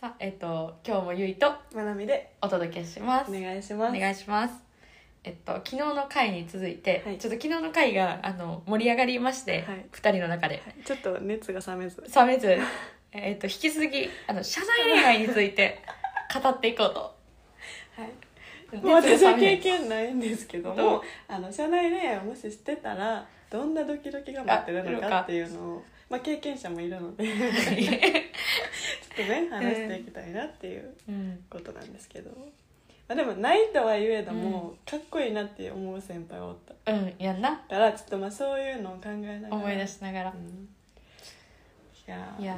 さあ、今日もゆいとまなみでお届けします。 お願いします。 お願いします。昨日の回に続いて、 はい、 ちょっと昨日の回が盛り上がりまして、はい、2人の中で、 はい、ちょっと熱が冷めず引き続き社内恋愛について語っていこうと。 はい、もう私は経験ないんですけども、社内恋愛をもししてたらどんなドキドキが待ってるのかっていうのを、経験者もいるのでちょっとね話していきたいなっていうことなんですけど、でもないとは言えども、かっこいいなって思う先輩はおった。 やんな。 だからちょっとそういうのを考えながら思い出しながら、 いや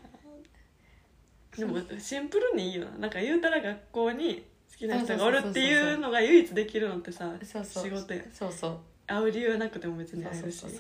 でもシンプルにいいよな。なんか言うたら学校に好きな人がおるっていうのが唯一できるのってさ、仕事や。 そう会う理由なくても別に会えるし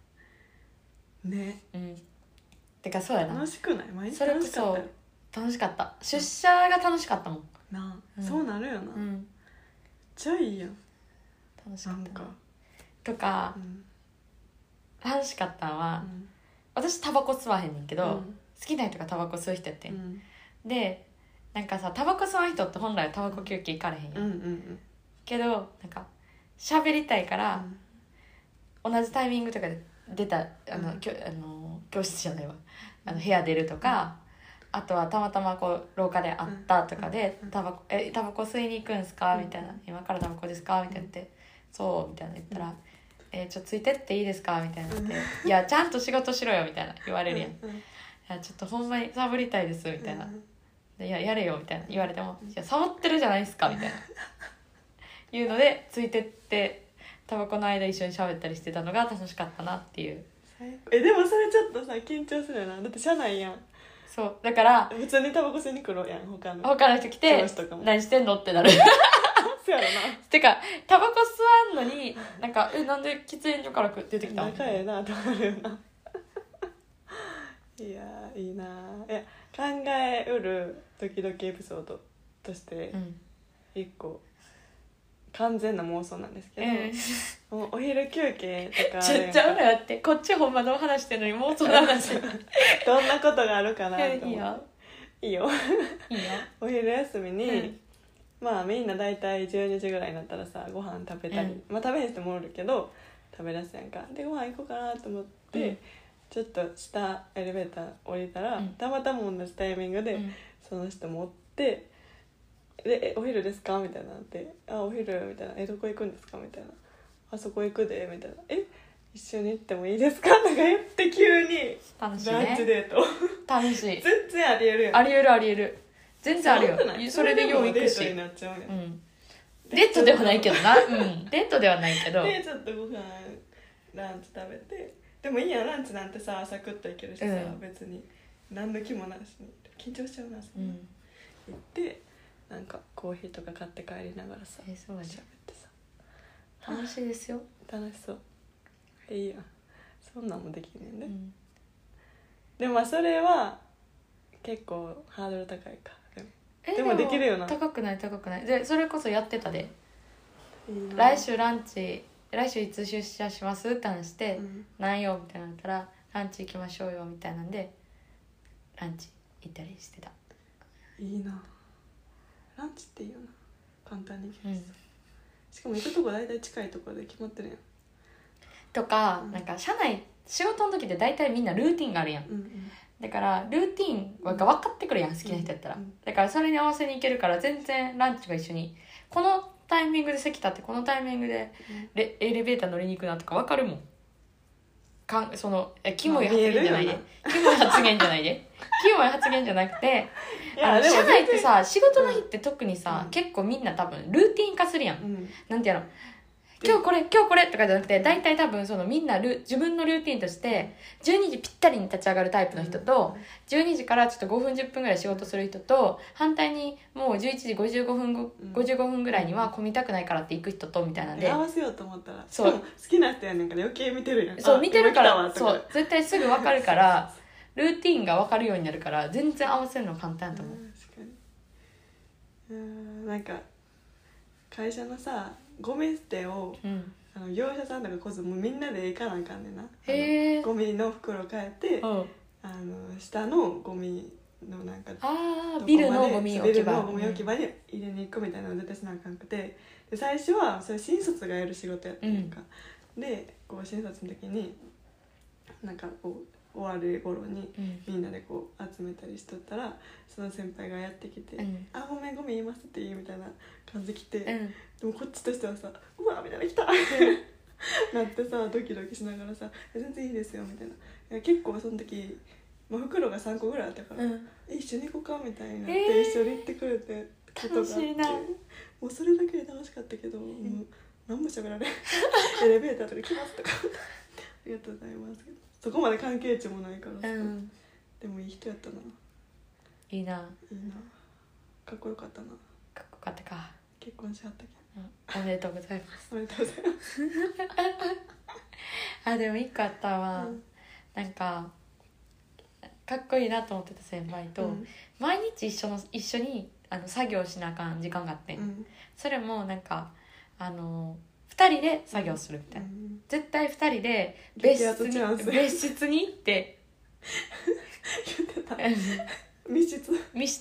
ね。 てかそうやな、 楽しくない？毎日楽しかったよ。 楽しかった。出社が楽しかったもんなあ、そうなるよな。めっちゃいいやん。 楽しかったなんかとか、楽しかったのは、私タバコ吸わへんねんけど、好きな人がタバコ吸う人やってん、でなんかさ、タバコ吸わん人って本来はタバコ休憩行かれへんやん、けどなんか喋りたいから、同じタイミングとかで出た教室じゃないわ、部屋出るとか、あとはたまたまこう廊下で会ったとかで、タバコ吸いに行くんすかみたいな、今からタバコですかみたいなって、そうみたいな言ったら、ちょっとついてっていいですかみたいなって、いやちゃんと仕事しろよみたいな言われるやん、いやちょっとほんまにサボりたいですみたいな、いややれよみたいな言われても、いやサボってるじゃないですかみたいないうのでついてってタバコの間一緒に喋ったりしてたのが楽しかったなっていう。 でもそれちょっとさ緊張するよな。だって社内やん。 そうだから普通にタバコ吸いに来ろやん。他の人来て何してんのってなるそうやろな。 てかタバコ吸わんのになんかなんで喫煙所から出てきたの仲ええなと思うよな。いやいいな。いや考えうるドキドキエピソードとして一個、完全な妄想なんですけど、もうお昼休憩とかちゃうのやって、こっちほんまの話してるのに妄想の話どんなことがあるかなと思って。いいよお昼休みに、みんな大体12時ぐらいになったらさ、ご飯食べたり、食べへん人もおるけど食べ出すやんか。でご飯行こうかなと思って、ちょっと下エレベーター降りたら、たまたま同じタイミングで、その人もおって、でお昼ですかみたいなって、お昼みたいな、どこ行くんですかみたいな、あそこ行くでみたいな、一緒に行ってもいいですかとか言って急に楽しい、ね、 ランチデート楽しい。 全然ありえるやん。 ありえる全然あるよ。それでよう行くし、 デートになっちゃうねん、 デートではないけどなデートではないけど、 でちょっとご飯ランチ食べて、でもいいやん、ランチなんてさサクッといけるしさ、別に何の気もなしに緊張しちゃうな、そんな、行ってなんかコーヒーとか買って帰りながらさ、 そうね、 喋ってさ、 楽しいですよ。 楽しそう。いいやん、そんなんもできんねんね、でもそれは結構ハードル高いか。でもできるよな。 高くないで、それこそやってたで、来週いつ出社しますって話して、何よみたいなのったら、ランチ行きましょうよみたいなんでランチ行ったりしてた。 いいな、ランチっていいよな、簡単に行けるし、しかも行くとこ大体近いところで決まってるやんとか、なんか社内仕事の時って大体みんなルーティンがあるやん、だからルーティンが分かってくるやん、好きな人やったら、だからそれに合わせに行けるから、全然ランチが一緒に、このタイミングで席立って、このタイミングでエレベーター乗りに行くなとか分かるもん。そのキモい発言じゃないで、キモい発言じゃないでキモい発言じゃなくて、社内ってさ、仕事の日って特にさ、結構みんな多分ルーティン化するやん、なんていうの、今日これとかじゃなくて、大体多分そのみんな自分のルーティンとして12時ぴったりに立ち上がるタイプの人と、12時からちょっと5分10分ぐらい仕事する人と、反対にもう11時55分ぐらいには混みたくないからって行く人と、みたいなんで合わせようと思ったら、そう好きな人やねんから余計見てるやん。 そう見てるから、そう絶対すぐ分かるからルーティンが分かるようになるから、全然合わせるの簡単やと思う。 確かに。なんか会社のさゴミ捨てを、業者さんとかこそもうみんなで行かなあかんねんな。ゴミの袋変えて、下のゴミのなんかビルのゴミ置き場、 ビルのゴミ置き場に入れに行くみたいなのを絶対しなあかんくて、で最初はそれ新卒がやる仕事やったんやんか、でこう新卒の時になんかこう終わる頃にみんなでこう集めたりしとったら、その先輩がやってきて「あ、ごめん言います」って言うみたいな感じで来て、でもこっちとしてはさ「うわ」みたいな来たなってさ、ドキドキしながらさ「全然いいですよ」みたいな。結構その時、袋が3個ぐらいあったから、一緒に行こうかみたいになって、一緒に行ってくれてことがあって、 楽しいな。 もうそれだけで楽しかったけど、もう何も喋られエレベーターとか来ますとかありがとうございます、そこまで関係値もないからさ、でもいい人やったな。 いいな。 いいな。かっこよかったな。 かっこよかったか。 結婚しはったけど、おめでとうございます。 おめでとうございますあ、でも一個あったわ、なんかかっこいいなと思ってた先輩と、毎日一緒に作業しなあかん時間があってん、それもなんか2人で作業するみたいな、絶対2人で別室に行って言ってた密室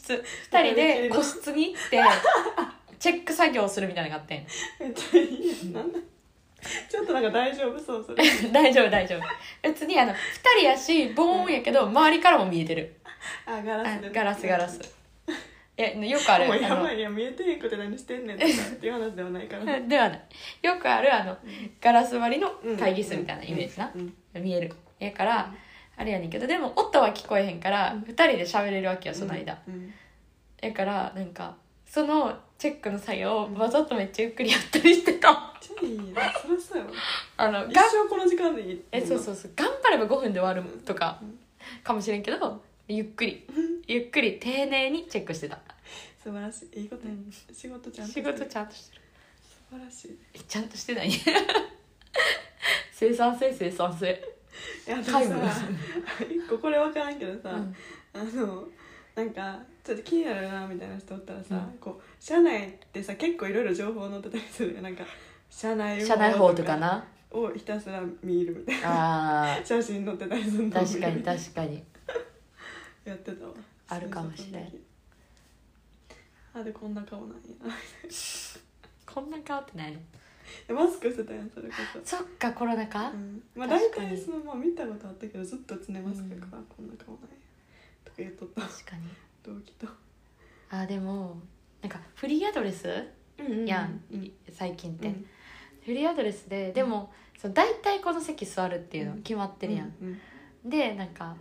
2人で個室に行ってチェック作業するみたいなのがあってん。 めっちゃいいやん。なんだちょっとなんか大丈夫そうそれ大丈夫別に2人やしボーンやけど周りからも見えてる。ガラスよくあるもうやばいや、見えてへんくて何してんねんとかっていう話ではないからではない。よくあるガラス張りの会議室みたいなイメージな、見えるやから、あれやねんけど、でも音は聞こえへんから2人で喋れるわけよ、その間、やからなんかそのチェックの作業をわざとめっちゃゆっくりやったりしてた。 めっちゃいいな。そりゃそうやわ。一生この時間でいい。 そう頑張れば5分で終わるとかかもしれんけど、ゆっくり丁寧にチェックしてた。 素晴らしい。いいことや、仕事ちゃんとしてる。素晴らしい。 ちゃんとしてない生産性いや、でもさ一個これ分からんけどさ、なんかちょっと気になるなみたいな人おったらさ、こう社内ってさ結構いろいろ情報載ってたりするよ。なんか社内法とかなをひたすら見るみたいな写真載ってたりするの。 確かにやってたわ。 あるかもしれん。 あ、でこんな顔なんやこんな顔ってないの。 マスクしてたやん、それこそ。そっか、コロナ禍、 まあ大体その、見たことあったけどずっと常マスクから、こんな顔なんやとか言っとった。 確かに。 同期と。 でもなんかフリーアドレスやん、最近って、フリーアドレスででも大体この席座るっていうの決まってるやん、でなんか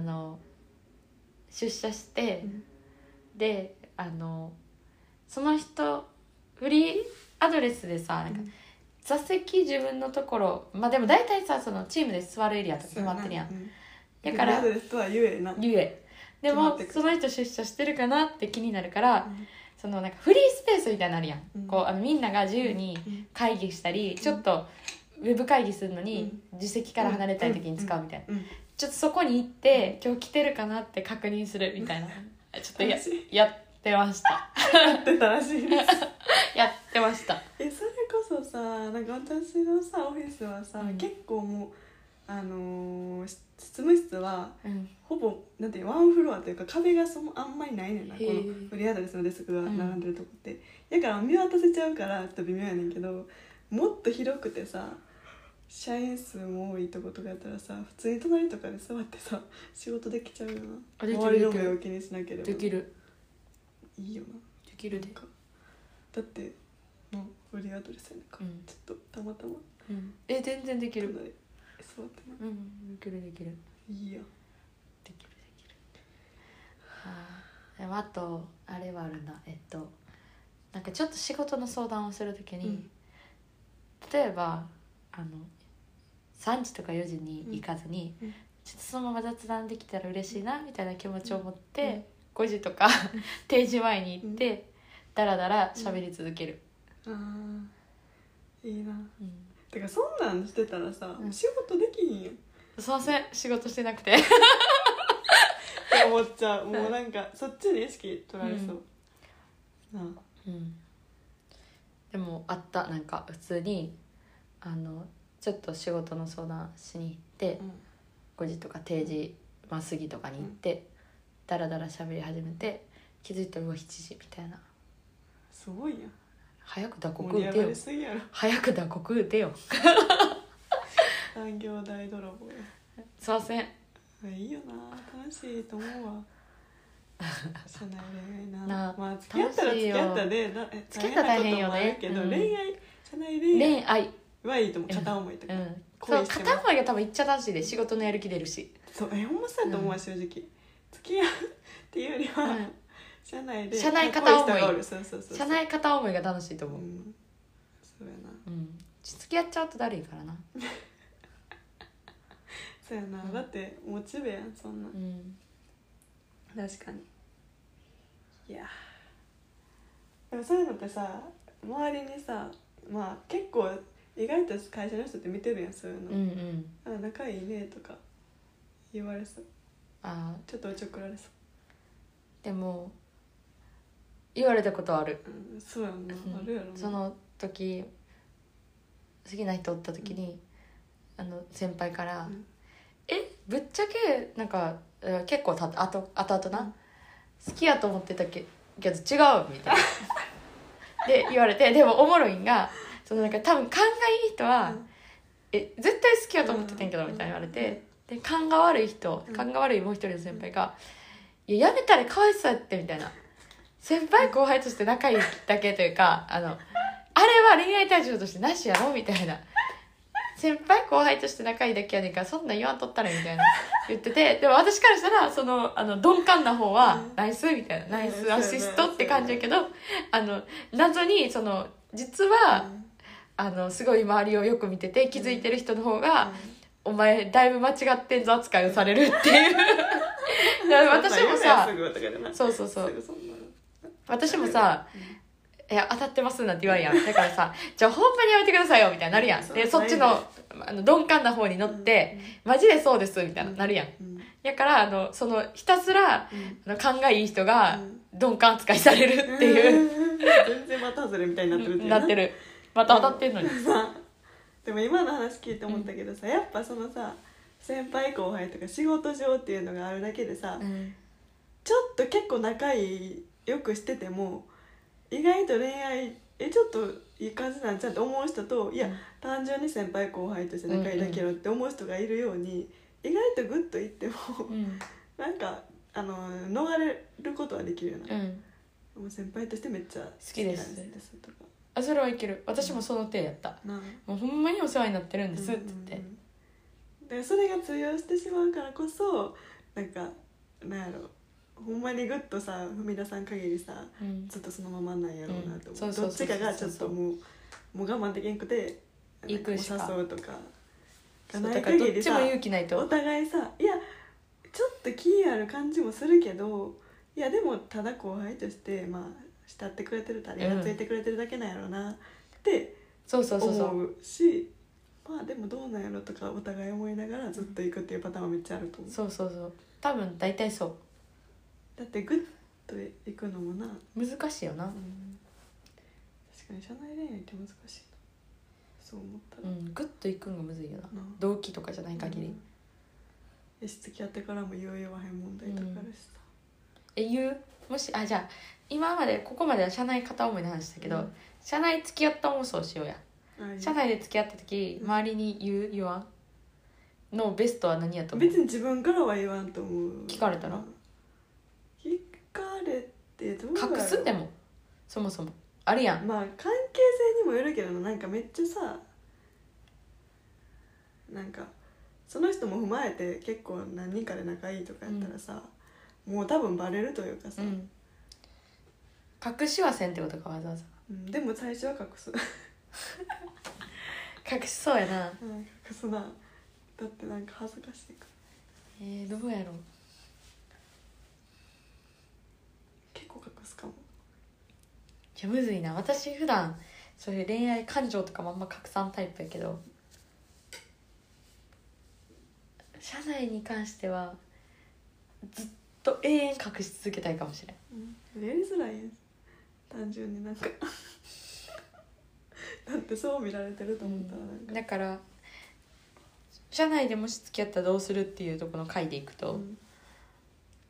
出社して、でその人フリーアドレスでさ、なんか座席自分のところ、まあでも大体さ、そのチームで座るエリアとか決まってるやん、だからフリーアドレスとは言えでもその人出社してるかなって気になるから、そのなんかフリースペースみたいになるやん、こうみんなが自由に会議したり、ちょっとウェブ会議するのに自席から離れたい時に使うみたいな、ちょっとそこに行って今日来てるかなって確認するみたいな、ちょっとやってましたやってたらしいですやってました。 それこそさ、なんか私のさオフィスはさ、結構もう執務室は、ほぼなんていうワンフロアというか壁があんまりないねんな、このフリーアドレスのデスクが並んでるとこって、だから見渡せちゃうからちょっと微妙やねんけど、もっと広くてさ社員数も多いとことかやったらさ、普通に隣とかで座ってさ仕事できちゃうよな。周りの目を気にしなければできる。 いいよな。 できるで。 だってのフリーアドレスやねんか、ちょっとたまたま、 全然できる。 座ってな、 できるいいや。 できる。でもあとあれはあるな、なんかちょっと仕事の相談をするときに、例えば3時とか4時に行かずに、ちょっとそのまま雑談できたら嬉しいなみたいな気持ちを持って、5時とか定時前に行ってダラダラ喋り続ける。 いいな。てかそんなんしてたらさ、仕事できひんやん。 すいません、仕事してなくてって思っちゃう。もうなんかそっちで意識取られそう、 でもあった。なんか普通にちょっと仕事の相談しに行って、5時とか定時過ぎとかに行って、 ダラダラ喋り始めて気づいたら7時みたいな。 すごいやん。 早く打刻盛り上が打てよりすぎやろ。 早く打刻打てよ産業大泥棒や。 すいません。 いいよな、楽しいと思うわ社内恋愛な。 なまあ付き合ったら付き合ったで付き合ったら大変よねけど、 うん、 恋愛社内恋愛恋愛はいいと思う。片思いとか、 そう片思いが多分いっちゃ楽しいで仕事のやる気出るし。 そうほんまそうやと思うわ、正直付き合うっていうよりは、社内で社内片思い、 そう社内片思いが楽しいと思う、 そうやな、 付き合っちゃうとだるいからなそうやな、だってモチベやんそんな、確かに。いやでもそういうのってさ、周りにさ、まあ結構意外と会社の人って見てるやん、そういうの、あ仲いいねとか言われそう。ちょっとおちょくられそう。 でも言われたことある、 そうやんな、あるやろな。 その時好きな人おった時に、先輩からぶっちゃけなんか結構後々な、好きやと思ってたけど違うみたいなで言われて、でもおもろいんがそのなんか多分勘がいい人は、絶対好きやと思ってたんやけどみたいな言われて、で勘が悪いもう一人の先輩が、いややめたらかわいそうやってみたいな、先輩後輩として仲いいだけというかあれは恋愛対象としてなしやろみたいな、先輩後輩として仲いいだけやねんからそんなん言わんとったらみたいな言ってて、でも私からしたらその鈍感な方はナイスみたいな、ナイスアシストって感じやけど、謎にその実はすごい周りをよく見てて気づいてる人の方が、お前だいぶ間違ってんぞ扱いをされるっていう私もさ、そう私もさ、いや当たってますなんて言わんやん。だからさ、じゃあほんまにやめてくださいよみたいになるやん。でそっちの鈍感な方に乗って、マジでそうですみたいななるやん。だからそのひたすら、勘がいい人が鈍感扱いされるっていう、 全然また外れみたいになってるってなってる。また当たってんのにでも今の話聞いて思ったけどさ、やっぱそのさ先輩後輩とか仕事上っていうのがあるだけでさ、ちょっと結構仲良くしてても意外と恋愛ちょっといい感じなんちゃうって思う人と、いや単純に先輩後輩として仲いいだけよって思う人がいるように、意外とグッといっても、なんか逃れることはできるよな、もう先輩としてめっちゃ好きですとか、 それはいける。私もその手やった、もうほんまにお世話になってるんですって言って、 でそれが通用してしまうからこそ、なんかなんやろ、ほんまにグッとさ踏み出さん限りさ、ずっとそのままなんやろうなと思う。どっちかがちょっともう我慢できんくて行くしか、 お誘うとかがない限りさ、 お互いさ、いやちょっと気ある感じもするけど、いやでもただ後輩としてまあ慕ってくれてる、ありがついてくれてるだけなんやろうなって思うし、まあでもどうなんやろとかお互い思いながらずっと行くっていうパターンはめっちゃあると思う。 そう多分大体そうだってグッと行くのもな難しいよな、 確かに社内恋愛って難しいな、そう思ったら、 グッと行くんがむずいよな、同期とかじゃない限り、 付き合ってからも言う言わへん問題とかあるしさ、 言う、もしじゃあ今までここまでは社内片思いの話だけど、社内付き合った妄想しようや。社内で付き合った時、周りに言わんのベストは何やと思う？ 別に自分からは言わんと思う。 聞かれたら？ 聞かれてどうやろう。 隠すんでもそもそもあるやん。 まあ関係性にもよるけど、なんかめっちゃさ、なんかその人も踏まえて結構何人かで仲いいとかやったらさ、もう多分バレるというかさ、 隠しはせんってことか、わざわざ。 でも最初は隠す隠しそうやな、 隠すな。だってなんか恥ずかしいから。 どうやろう。 結構隠すかも。 いやむずいな。私普段そういう恋愛感情とかもあんま隠さんタイプやけど、社内に関してはずっと永遠隠し続けたいかもしれん。 やりづらいやん、単純になんかだってそう見られてると思ったらなんか、 だから社内でもし付き合ったらどうするっていうところの回でいくと、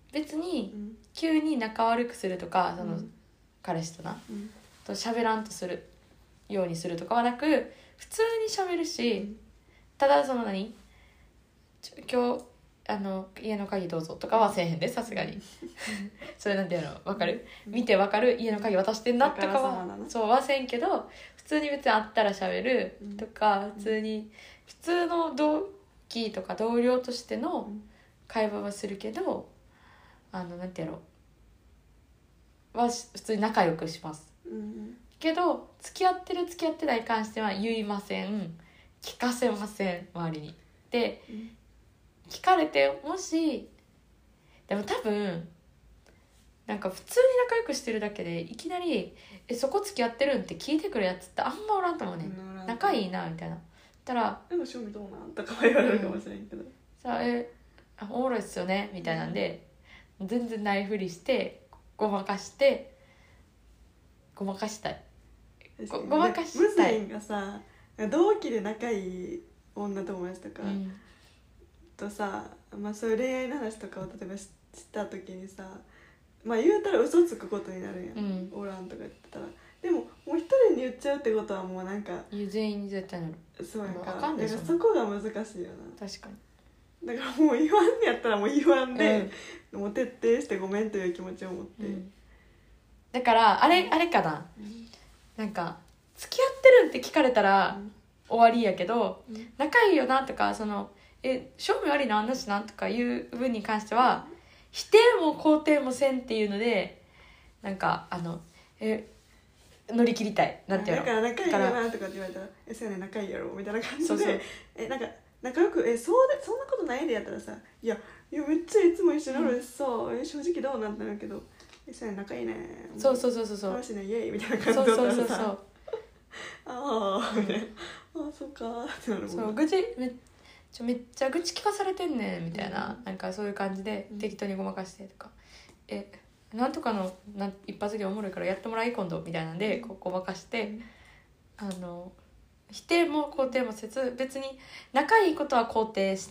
別に急に仲悪くするとか、その彼氏とな、と喋らんとするようにするとかはなく、普通に喋るし、ただその今日家の鍵どうぞとかはせえへんで、さすがにそれなんていうの分かる、見て分かる家の鍵渡してんなとかはそうはせんけど、普通に別に会ったら喋るとか、普通の同期とか同僚としての会話はするけど、なんていうのは普通に仲良くします、けど付き合ってる付き合ってないに関しては言いません、聞かせません周りに。で、聞かれて、もしでも多分なんか普通に仲良くしてるだけでいきなりそこ付き合ってるんって聞いてくるやつってあんまおらんと思うね、仲いいなみたいな。たらでも正味どうなんとかは言われるかもしれんけど、 さあおもろいっすよねみたいなんで、全然ないふりしてごまかしたい、ごまかしたい。 むずいんがさ、同期で仲いい女友達とか、とさ、そういう恋愛の話とかを例えばした時にさ、言うたら嘘つくことになるやん、おらんとか言ってたら。でももう一人に言っちゃうってことはもうなんか全員に絶対なる。 そうやんか、だからそこが難しいよな。 確かに。 だからもう言わんやったらもう言わんで、もう徹底してごめんという気持ちを持って、 だからあれかな、なんか付き合ってるんって聞かれたら終わりやけど、仲いいよなとか、その興味ありな話なんとかいう分に関しては否定も肯定もせんっていうので、なんか乗り切りたい、なんていうの、 だから仲いいよなとかって言われたらそうやね仲いいやろみたいな感じで、なんか仲良くそんなことないでやったらさ、いやめっちゃいつも一緒におるしさ、正直どうなんだろうけどそうやね仲いいね、 そう楽しいねイエーイみたいな感じだったらさ、ああみたいな、そうかってなるもん。 そうめっちゃ愚痴聞かされてんねんみたいな、なんかそういう感じで適当にごまかしてとか、なんとかの一発芸おもろいからやってもらい今度みたいなんでこうごまかして、否定も肯定もせず、別に仲いいことは肯定して、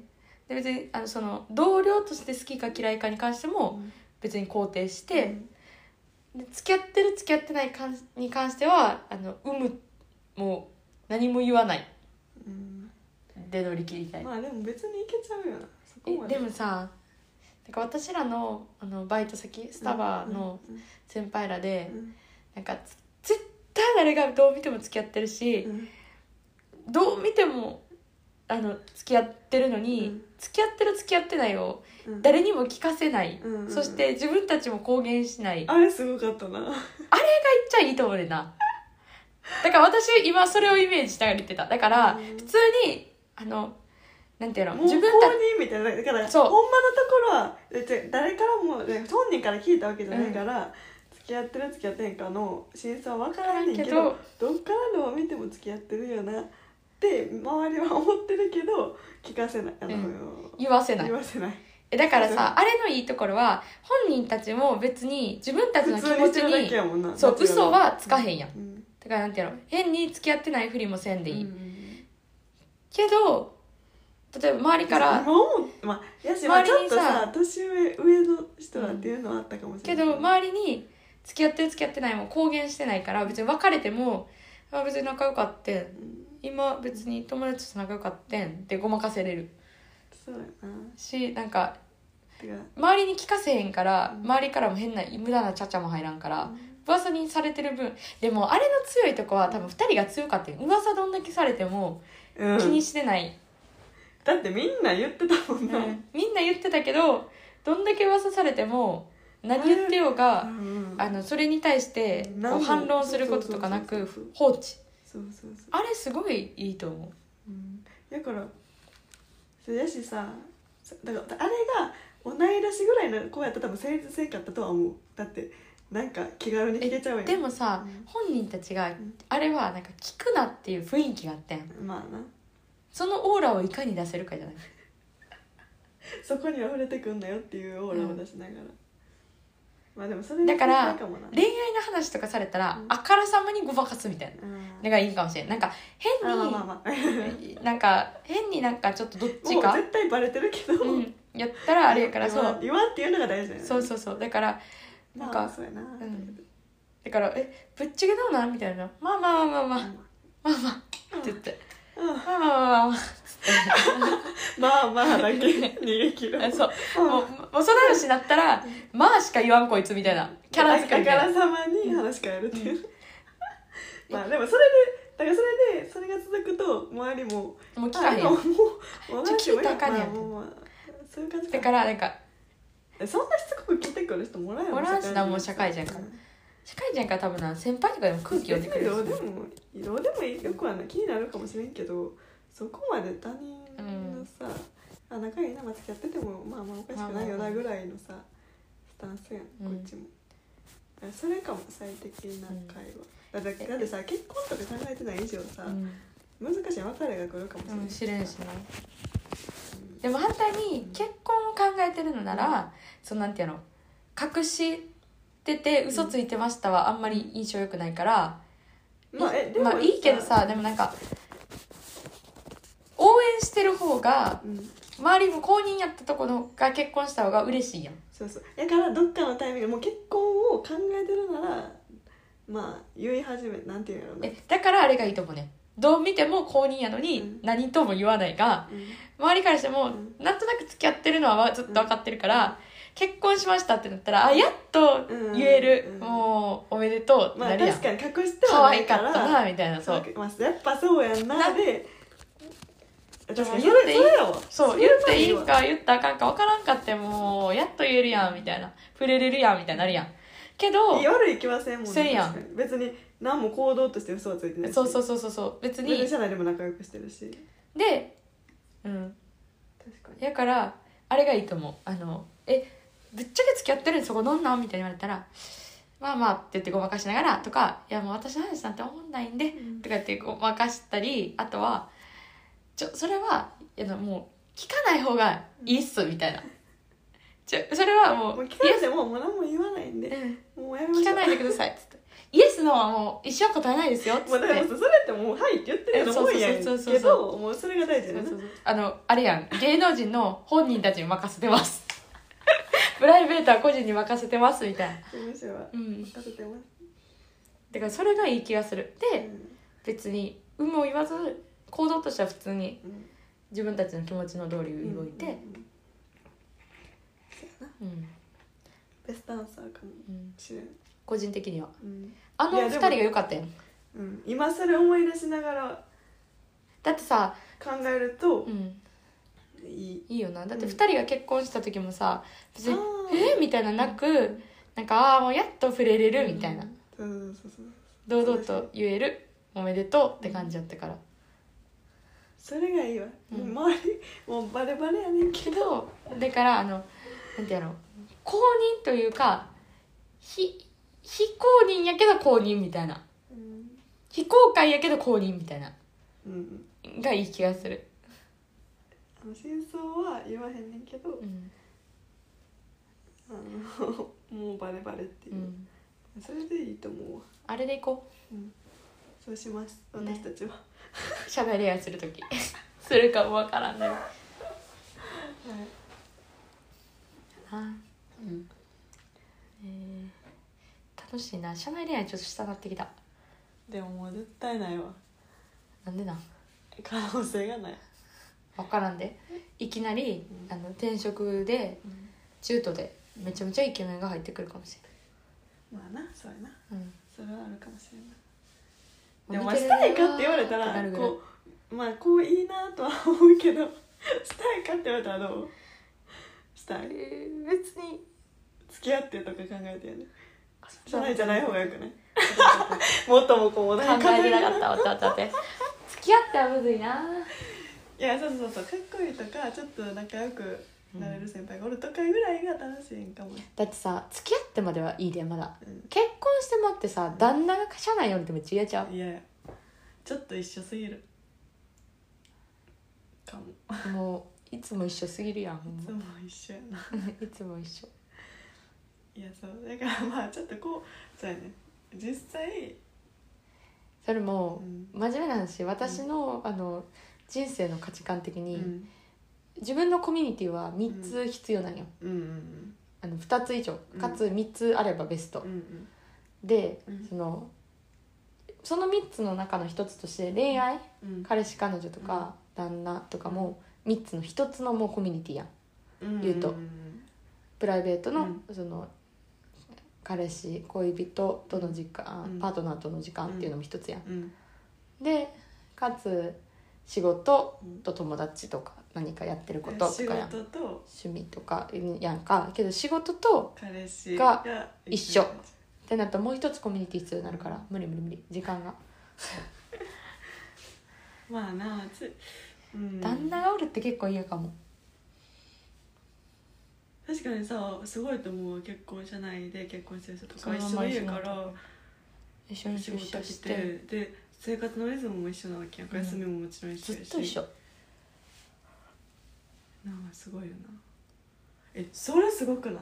で別にその同僚として好きか嫌いかに関しても別に肯定して、で付き合ってる付き合ってないに関してはもう何も言わない、で乗り切りたい。 でも別にいけちゃうよな、そこまで。 でもさ、なんか私らのバイト先スタバの先輩らで、なんか絶対誰がどう見ても付き合ってるし、どう見ても付き合ってるのに、付き合ってる付き合ってないを誰にも聞かせない、そして自分たちも公言しない、 あれすごかったな。あれが言っちゃいいと思うねんな。だから私今それをイメージしながら言ってた。だから、普通になんていうの、 もう自分たちみたいな、だからそうほんまのところは誰からも、本人から聞いたわけじゃないから、付き合ってる付き合ってへんかの真相は分からんねんけど、どっからどう見ても付き合ってるよなって周りは思ってるけど聞かせない、 言わせない。だからさ、あれのいいところは本人たちも別に自分たちの気持ちにそう嘘はつかへんやん、だからなんていうの、変に付き合ってないふりもせんでいい、けど例えば周りから今思う、やし、ちょっとさ年上の人だっていうのはあったかもしれない、 けど周りに付き合ってる付き合ってないも公言してないから、別に別れても別に仲良かってん、今別に友達と仲良かってんってごまかせれる。 そうやなし、なんか周りに聞かせへんから、周りからも変な無駄なちゃちゃも入らんから、噂にされてる分、でもあれの強いとこは多分2人が強かったよ。噂どんだけされても気にしてない、 だってみんな言ってたもんな、 みんな言ってたけど、どんだけ噂されても何言ってようが、それに対して反論することとかなく放置。あれすごいいいと思う、 だからそれやしさ、だからあれが同い年ぐらいの子やったら多分成立せんかったとは思う。だってなんか気軽に聞けちゃうやん。 でもさ、本人たちがあれはなんか聞くなっていう雰囲気があってん、 まあな、 そのオーラをいかに出せるかじゃないそこには触れてくんなよっていうオーラを出しながら、でもそれだから恋愛の話とかされたら、あからさまにごまかすみたいなのがいいかもしれん。なんか変になんか変になんかちょっとどっちかもう絶対バレてるけど、 やったらあれやからそう言わんっていうのが大事だよね。 そうそうそうだからなんか、 そうやな、 だからぶっちゃけどうなんみたいなまあまあまあまあまあ、まあまあって言って、まあまあまあまあまあまあだけ逃げ切るそうもうその話になったらまあしか言わんこいつみたいなキャラ作りみたいなあからさまに話変えるっていう、まあでもそれが続くと周りも聞かへんもう聞いたらあかんねんそういう感じだからなんかそんなしつこく聞いてくる人もらえおらんしなもう社会人やから、社会人やから多分な先輩とかでも空気読んでくれるしどうでもいいよくはない気になるかもしれんけどそこまで他人のさ、仲いいな付き合っててもまあまあおかしくないよなぐらいのさスタンスやん、こっちもそれかも最適な会話、だってさ結婚とか考えてない以上さ、難しい別れが来るかもしれない、 しなでも反対に結婚を考えてるのなら、そうなんていうの隠してて嘘ついてましたはあんまり印象良くないから、まあいいけどさでもなんか応援してる方が、周りも公認やったところが結婚した方が嬉しいやん。 そうだからどっかのタイミングでもう結婚を考えてるならまあ言い始めなんていうのだからあれがいいと思うね。どう見ても公認やのに何とも言わないが、周りからしてもなんとなく付き合ってるのはずっと分かってるから、結婚しましたってなったらやっと言える、もうおめでとうってなるやん。 確かに隠してはないから可愛かったなみたいなそう、 やっぱそうやんなで言っていいか言ったらあかんか分からんかってもうやっと言えるやんみたいな触れれるやんみたいになるやんけど悪い気はせんもんせんやん別に何も行動として嘘はついてないしそう別に社内でも仲良くしてるしで確かにだからあれがいいと思うぶっちゃけ付き合ってるんそこどんなんみたいに言われたらまあまあって言ってごまかしながらとかいやもう私の話なんて思んないんで、とかってごまかしたりあとはそれはもう聞かない方がいいっすみたいなそれはもう聞かないでもう何も言わないんで、もうやめましょう聞かないでくださいっつってイエスノーはもう一生答えないですよっつって、 それってもうはいって言ってるようなもんやんけどもうそれが大事だねあれやん芸能人の本人たちに任せてますプライベートは個人に任せてますみたいな任せてますだからそれがいい気がするで、別に有無を言わず行動としては普通に自分たちの気持ちの通り動いて、 ベストアンサーかもしれん、 個人的には、あの2人が良かったやん、 今それ思い出しながらだってさ考えると、 いいよな。だって2人が結婚した時もさ別にみたいななく、なんかもうやっと触れれるみたいな、堂々と言えるおめでとうって感じだったから、 それがいいわ、周りもうバレバレやねんけどだからなんていうの公認というか非公認やけど公認みたいな、非公開やけど公認みたいな、がいい気がする。 真相は言わへんねんけど、もうバレバレっていう、それでいいと思うわ。 あれでいこう、そうします私たちは、 社内恋愛するときするかもわからんね、楽しいな。社内恋愛ちょっとしたなってきた。 でももう絶対ないわ。 なんでなん？ 可能性がない。 分からんで、いきなり、転職で、中途でめちゃめちゃイケメンが入ってくるかもしれない。まあな、そうやな、それはあるかもしれない。でもまあしたいかって言われたらこう、まあこういいなとは思うけどしたいかって言われたらどうしたい？ 別に付き合ってとか考えてやね。じゃない方がよくないもっともこうも考えてなかったわって付き合ってはむずいな。 いやそうかっこいいとかちょっと仲良くなれる先輩がおるとかぐらいが楽しいんかも。 だってさ付き合ってまではいいでまだ、結婚してもってさ旦那が社内よりってめっちゃ嫌ちゃう。 いやちょっと一緒すぎるかも。 もういつも一緒すぎるやん。いつも一緒やないつも一緒。 いやそうだからまあちょっとこうそうやね実際それも、真面目な話私の、人生の価値観的に、 自分のコミュニティは3つ必要なんよ、2つ以上かつ3つあればベスト、で、その3つの中の1つとして恋愛、彼氏彼女とか、旦那とかも3つの1つのもうコミュニティやん、言うとプライベートの、その彼氏恋人との時間、パートナーとの時間っていうのも1つやん、でかつ仕事と友達とか何かやってることとかやん、趣味とかやんか、けど仕事と彼氏が一緒ってなったらもう一つコミュニティ必要になるから、無理時間がまあな、 旦那がおるって結構嫌かも。 確かにさ、すごいと思う。結婚社内で結婚してる人とか一緒にいるから一緒に仕事してで生活のリズムも一緒なわけやんか、休みももちろん一緒やし、 ずっと一緒なんかすごいよな。それすごくない？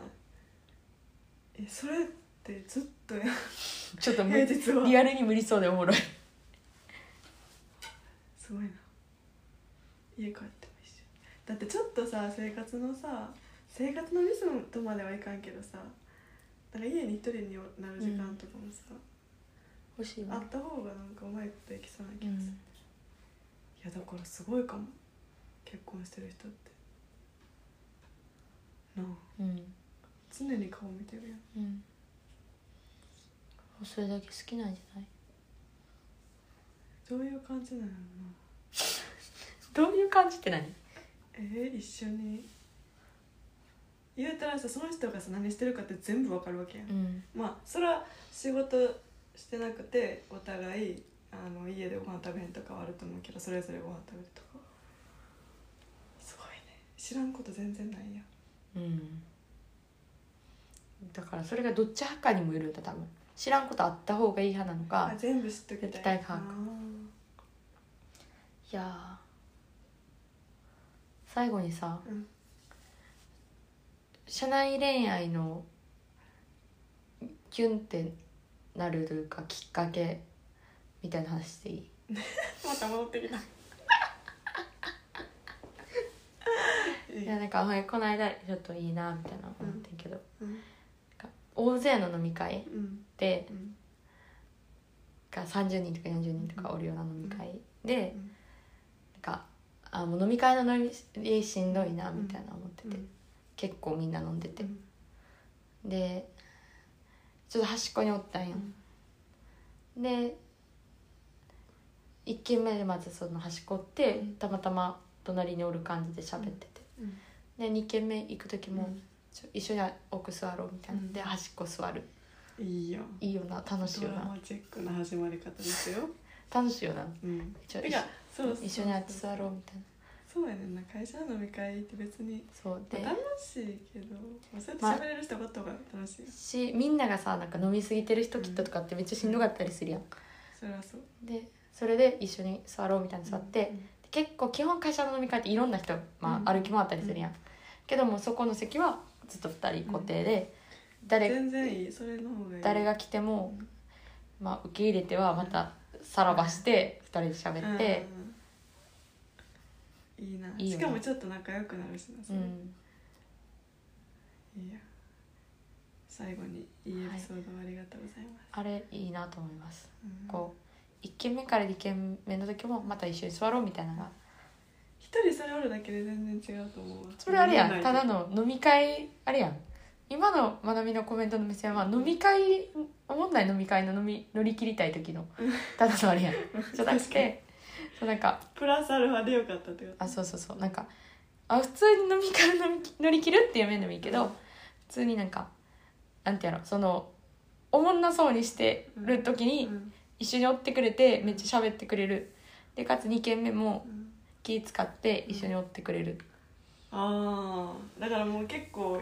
それってずっとやちょっと平日はリアルに無理そうでおもろいすごいな。家帰っても一緒だって、ちょっとさ生活のリズムとまではいかんけどさ、なんか家に一人になる時間とかもさ、 欲しいあった方がなんかうまいこといきそうな気がする、いやだからすごいかも、結婚してる人ってなあ、常に顔見てるやん、 それだけ好きなんじゃない？ どういう感じなのなどういう感じって何？ 一緒に言うたらさ、その人がさ何してるかって全部わかるわけやん、まあそれは仕事してなくてお互い家でご飯食べへんとかはあると思うけど、それぞれご飯食べるとかすごいね。知らんこと全然ないやん、 だからそれがどっち派かにもよるんだ多分。知らんことあった方がいい派なのか、 全部知っときたい派か。いや最後にさ、社内恋愛のキュンってなるというかきっかけみたいな話していい？ また戻ってきたいやなんかこの間ちょっといいなみたいな思ってんけど、大勢の飲み会で、が30人とか40人とかおるような飲み会で、なんかもう飲み会のノリしんどいなみたいな思ってて、結構みんな飲んでて、でちょっと端っこにおったんよ、で1軒目でまずその端っこってたまたま隣におる感じで喋ってて、で2軒目行く時も一緒に奥座ろうみたいなで端っこ座る。いいよな、楽しいよな。 ドラマチックな始まり方ですよ楽しいよな、 そう一緒にあって座ろうみたいな。 そうやねんな、会社の飲み会って別にそうで楽しいけど、そうやって喋れる人がった方が楽しいし、みんながさなんか飲みすぎてる人きっととかってめっちゃしんどかったりするやん、 それはそうでそれで一緒に座ろうみたいな座って、結構基本会社の飲み会っていろんな人、歩き回ったりするやん、けどもそこの席はずっと2人固定で、 全然いい、それの方がいい。 誰が来ても、受け入れてはまたさらばして2人で喋って、 いいな。いいしかもちょっと仲良くなるしな、それ、いいや。最後にいいエピソードありがとうございます、 あれいいなと思います、こう1軒目から2軒目の時もまた一緒に座ろうみたいなのが、 一人それおるだけで全然違うと思う。 それあれやん、ただの飲み会あれやん。今のまなみのコメントの目線は飲み会、おもんない飲み会の乗り切りたい時のただのあれやんじゃなくて、そうなんかプラスアルファでよかったってこと。 そうなんか普通に飲み会乗り切るっていう面でもいいけど、普通になんかなんてやろ、そのおもんなそうにしてる時に一緒におってくれてめっちゃ喋ってくれる、でかつ2軒目も気使って一緒におってくれる、 だからもう結構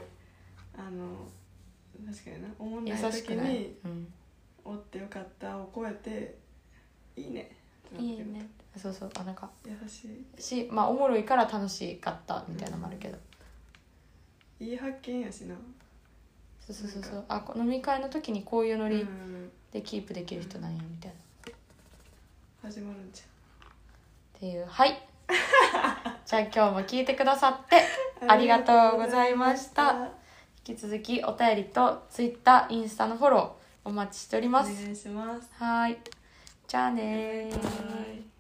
確かにな、おもんない時におってよかったを超えていいねいいね、そうなんか優しいし、おもろいから楽しかったみたいなのもあるけど、 いい発見やしな。 そう飲み会の時にこういうノリでキープできる人なんやみたいな、 始まるんじゃんっていう、はいじゃあ今日も聞いてくださってありがとうございました。引き続きお便りと Twitter、インスタのフォローお待ちしております。 お願いします。 はい。じゃあねー。